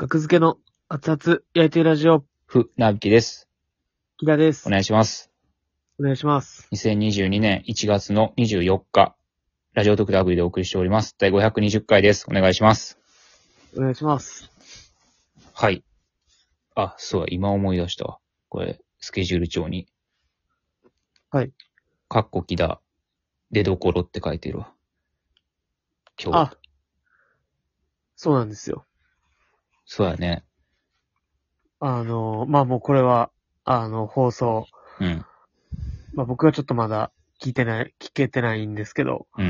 学付けの熱々焼いてるラジオ、 なびきです。 木田です。 お願いします。 お願いします。 2022年1月の24日、ラジオトークでアプリでお送りしております。第520回です。お願いします。 お願いします。 はい。あ、そうだ、今思い出したわ。これ、スケジュール帳に。 はい。 かっこ木田、出どころって書いてるわ。今日。 あ、そうなんですよ。 そうやね。 もうこれは、放送。 うん。 僕はちょっとまだ聞けてないんですけど、 うん。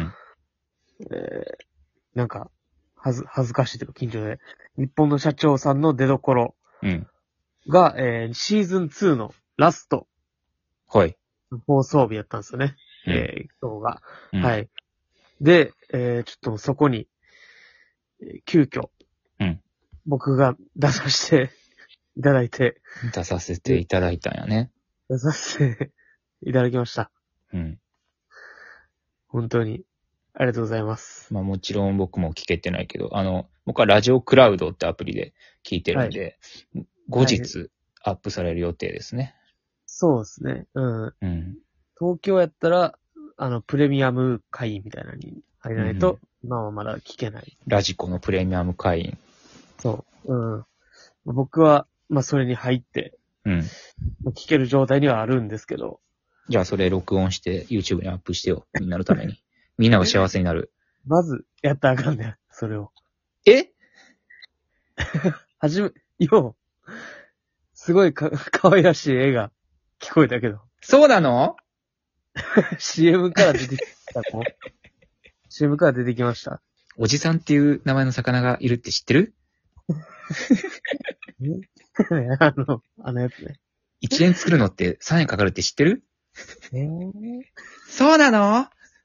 なんか、恥ずかしいというか緊張で、日本の社長さんの出所うん。 が、シーズン2のラストはい。 放送日やったんですよね。 うん今日が。 うんはい。で、ちょっとそこに、急遽、 うん僕が出させていただいて、 出させていただいたんやね。 出させていただきました。 うん。 本当に、ありがとうございます。 まあもちろん僕も聞けてないけど、僕はラジオクラウドってアプリで聞いてるんで、後日アップされる予定ですね。 そうですね。うん。 うん。 東京やったら、プレミアム会員みたいなのに入らないと、今はまだ聞けない。 ラジコのプレミアム会員。 そう。うん。僕は、それに入って、 うん。 聞ける状態にはあるんですけど。 じゃあそれ録音して YouTube にアップしてよ。みんなのために。みんなが幸せになる。 まず、やったらあかんねん。それを。 えよう、すごい可愛らしい絵が聞こえたけど。 そうなの CM から出てきた子CM から出てきました。 おじさんっていう名前の魚がいるって知ってる？ あのやつね。 1円作るのって3円かかるって知ってる？ えー、 そうなの？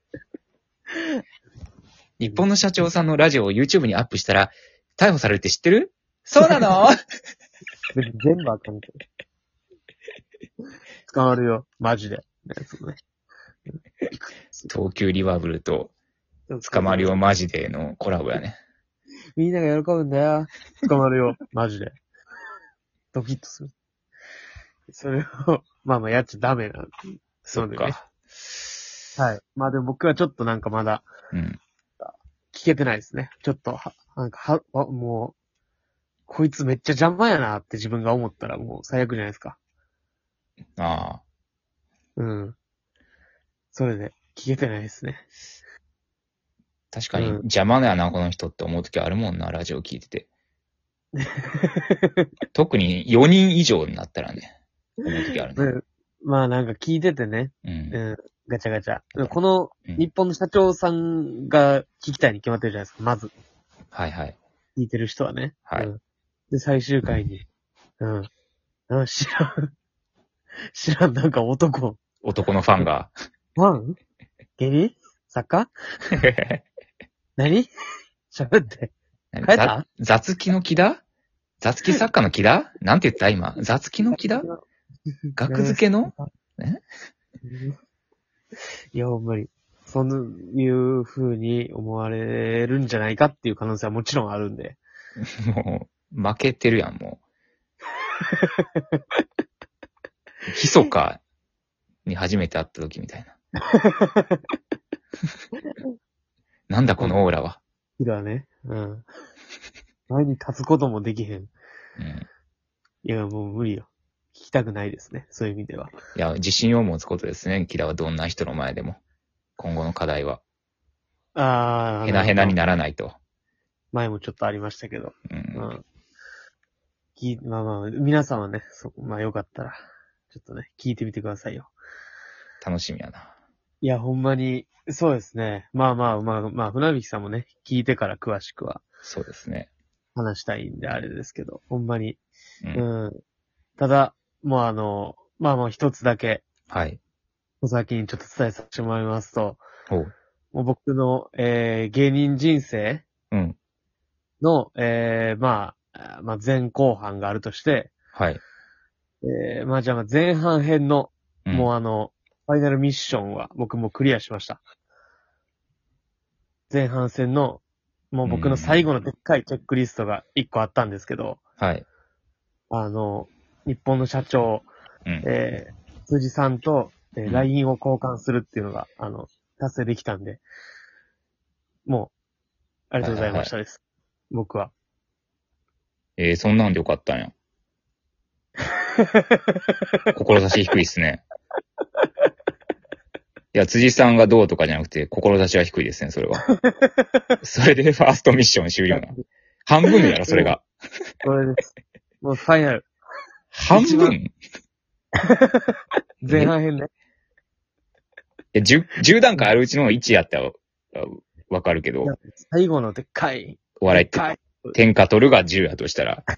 日本の社長さんのラジオを YouTube にアップしたら逮捕されるって知ってる？そうなの？ 全部あかんけど。捕まるよ。マジで。ね、 東急リバブルと捕まるよマジでのコラボやね。 みんなが喜ぶんだよ。捕まるよ。マジで。ドキッとする。それを、やっちゃダメなんで。 そっか。 はい。でも僕はちょっとなんかまだ、 うん。 聞けてないですね。ちょっと、もう、こいつめっちゃ邪魔やなって自分が思ったらもう最悪じゃないですか。 ああ。 うん。それで、聞けてないですね。 確かに邪魔だよな、この人って思う時あるもんな、ラジオ聞いてて。特に4人以上になったらね、思う時あるね。 なんか聞いててね。 うん。 ガチャガチャ。この日本の社長さんが聞きたいに決まってるじゃないですか、まず。 はいはい。 聞いてる人はね。 はい。 で、最終回に。知らん、なんか男。 男のファンが。 ファンゲリ作家何喋って。変えた雑記の木田？雑記作家の木田？なんて言った今。雑記の木田？学付けの？ いや、無理。そういう風に思われるんじゃないかっていう可能性はもちろんあるんで。 もう、負けてるやん、もう。ひそかに初めて会った時みたいな。なんだこのオーラは。 だね。うん。前に立つこともできへん。 うん。 いや、もう無理よ。聞きたくないですね。そういう意味では。 いや、自信を持つことですね。キラはどんな人の前でも。今後の課題は。へなへなにならないと。 前もちょっとありましたけど。 うん。 皆さんはね、よかったら、ちょっとね、聞いてみてくださいよ。 楽しみやな。 いや、ほんまに、そうですね。船引さんもね、聞いてから詳しくはそうですね。 話したいんであれですけど、ほんまに。 うん。 ただ、もう一つだけ、 はい。 お先にちょっと伝えさせてもらいますと、 おう。 もう僕の、芸人人生うん。 の、前後半があるとして、 はい。 じゃあ前半編の、 うん。 もうファイナルミッションは僕もクリアしました。前半戦の、 もう僕の最後のでっかいチェックリストが1個あったんですけど、 はい。 日本の社長、 うん。 辻さんと、 ん LINE を交換するっていうのが、達成できたんで、もう、ありがとうございましたです。僕は。 そんなんでよかったんや。志低いっすね。いや、辻さんがどうとかじゃなくて、志は低いですね、それは。それでファーストミッション終了な。半分やろ、それが。 これです。もうファイナル。 半分前半編ね。 10段階あるうちの1やったらわかるけど、 最後のでっかい。 お笑いって天下取るが10やとしたら。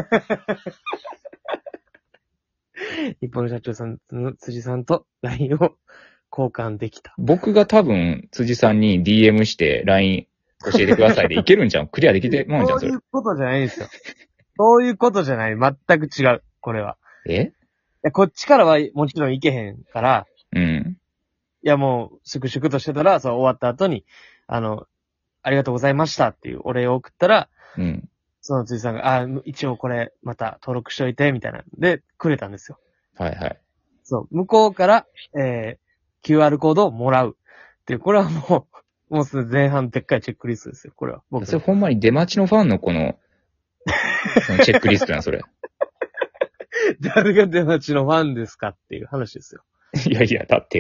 日本の社長さんの辻さんと LINE を交換できた。 僕が多分、辻さんに DM して LINE 教えてくださいでいけるんじゃん。クリアできてまうんじゃん、それ。 そういうことじゃないんですよ。そういうことじゃない。全く違う。これは。いや、こっちからはもちろんいけへんから、 うん。 いやもう、粛々としてたら、そう終わった後に、ありがとうございましたっていうお礼を送ったら、 うん。 その辻さんが、一応これ、また登録しといて、みたいなんで、くれたんですよ。 はいはい。 そう。向こうから、QR コードをもらう。っていう、これはもう、もうすぐ前半でっかいチェックリストですよ、これは。僕それほんまに出待ちのファンのこの、そのチェックリストやん、それ。 誰が出待ちのファンですかっていう話ですよ。 いやいや、だって、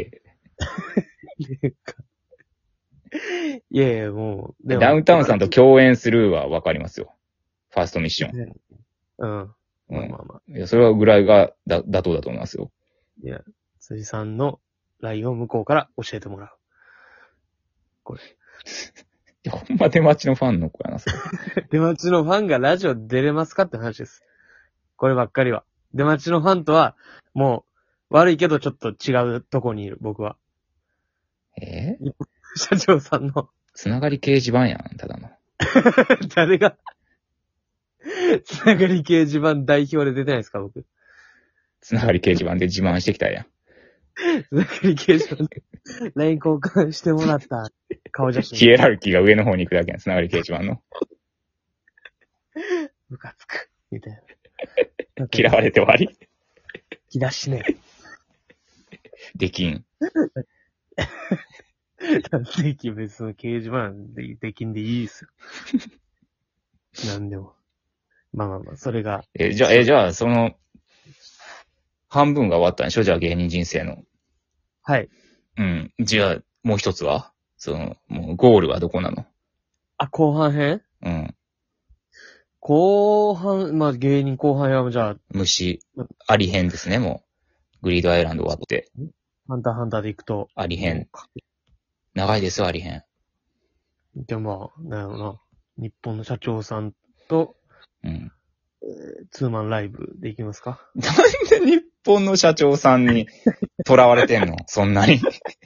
いやいや、もう、 ダウンタウンさんと共演するはわかりますよ。ファーストミッション。 うん。 うんまあまあまあ。 いや、それはぐらいが妥当だと思いますよ。 いや、辻さんの LINE を向こうから教えてもらう。これ。 いや、ほんま出待ちのファンの子やな、それ。 出待ちのファンがラジオ出れますかって話です。こればっかりは。出待ちのファンとは、もう、悪いけどちょっと違うとこにいる、僕は。社長さんの。 つながり掲示板やん、ただの。 誰が、つながり掲示板代表で出てないですか、僕。 つながり掲示板で自慢してきたやん。 つながり掲示板で LINE 交換してもらった顔写真。 ヒエラルキーが上の方に行くだけやん、つながり掲示板の。 ムカつく。みたいな。 嫌われて終わり気出しねできん。 でき別の掲示板でできんでいいですよ。なんでも。まあまあまあ、それが。 じゃあ、その、半分が終わったんでしょじゃあ芸人人生の。 はい。 うん。じゃあ、もう一つはもう、ゴールはどこなの？ あ、後半編？ うん。 後半、まあ芸人後半編はじゃあ、 虫、あり編ですね、もう。グリードアイランド終わって。 ハンターハンターで行くと。 あり編。長いですよ、あり編。 でもまあ、なんやろな。日本の社長さんと、 うん。 ツーマンライブで行きますか？ なんで日本の社長さんに囚われてんのそんなに。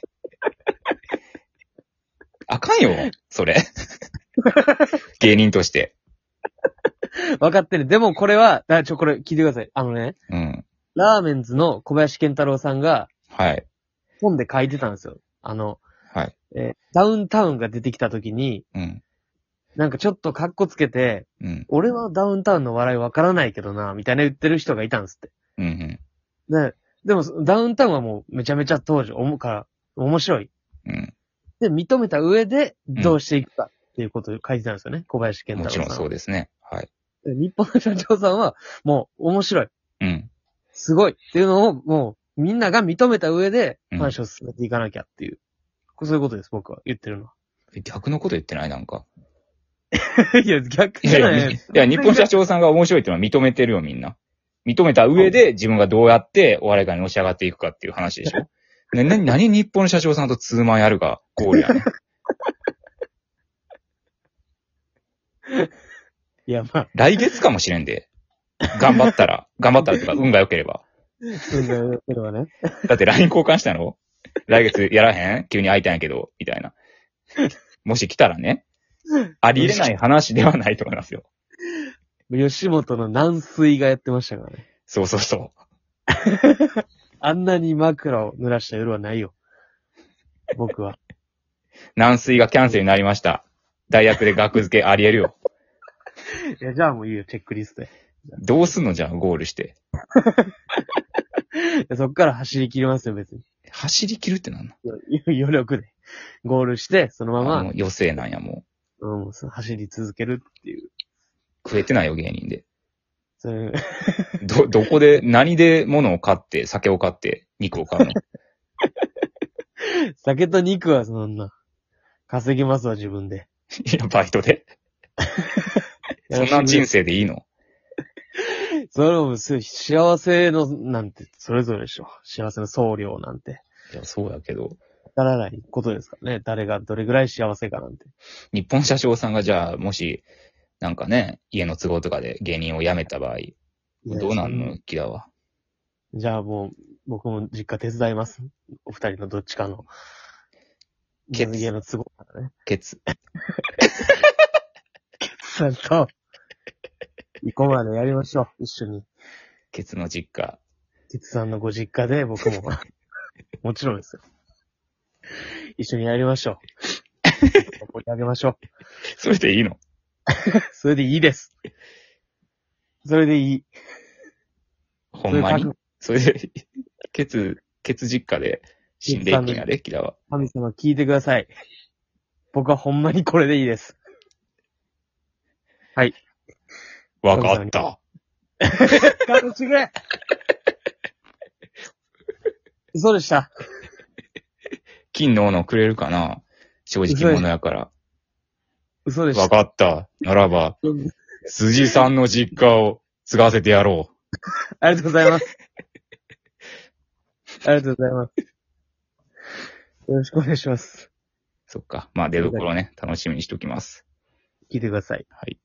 あかんよ、それ。芸人として。 分かってる。でもこれは、これ聞いてください。 うん。 ラーメンズの小林健太郎さんがはい。 本で書いてたんですよ。 はい。 ダウンタウンが出てきた時に、 うん。 なんかちょっとカッコつけて、 うん。 俺はダウンタウンの笑いわからないけどな、みたいな言ってる人がいたんですって。 うんうん。 でも、ダウンタウンはもうめちゃめちゃ当時面白い。 うん。 で、認めた上で、どうしていくかっていうことを書いてたんですよね。小林健太郎さんは。 もちろんそうですね。はい。 で日本の社長さんは、もう面白い。 うん。 すごいっていうのを、もう、みんなが認めた上で、 うん話を進めていかなきゃっていう。そういうことです、僕は言ってるのは。 逆のこと言ってないなんか。 いや、逆いやいや、いや、日本社長さんが面白いってのは認めてるよ、みんな。認めた上で自分がどうやってお笑い界にのし上がっていくかっていう話でしょ。何日本の社長さんとツーマンやるがゴールやねん。 いや、まあ。 来月かもしれんで。頑張ったらとか運が良ければ。 運が良ければね。 だって LINE 交換したの来月やらへん急に会いたいんやけど、みたいな。もし来たらね。ありえない話ではないと思いますよ。 吉本の軟水がやってましたからね。 そうそうそう。 あんなに枕を濡らした夜はないよ。僕は。 軟水がキャンセルになりました。 大学で学付けありえるよ。 いや、じゃあもういいよ、チェックリストで。 どうすんのじゃあ、ゴールして。 そっから走り切りますよ、別に。 走り切るってなんの？ 余力で。ゴールして、そのまま、 もう余生なんや、もう。 走り続けるっていう。 食えてないよ、芸人で。 それどこで、何で物を買って、酒を買って、肉を買うの？ 酒と肉はそんな、稼ぎますわ、自分で。 いや、バイトで。そんな人生でいいの？ それも、幸せの、なんて、それぞれでしょ。幸せの総量なんて。 いや、そうやけど。 わからないことですからね。誰がどれぐらい幸せかなんて。 日本車掌さんがじゃあ、もし、なんかね、家の都合とかで芸人を辞めた場合、どうなんの気だわ。 じゃあもう、僕も実家手伝います。お二人のどっちかの。家の都合からね。 ケツ。 さんと、行こうまでやりましょう。一緒に。 ケツの実家。 ケツさんのご実家で僕も、もちろんですよ。一緒にやりましょう。盛り上げましょう。 それでいいの？ それでいいです。それでいい。 ほんまに？それで、ケツ実家で死んでいくんやで、キラは。 神様聞いてください。僕はほんまにこれでいいです。はい。 わかった。 勘違い。嘘でした。 金の斧くれるかな？正直者やから。 嘘でした。 わかった。ならば、辻さんの実家を継がせてやろう。 ありがとうございます。ありがとうございます。よろしくお願いします。 そっか。まあ出所ね、楽しみにしときます。 聞いてください。 はい。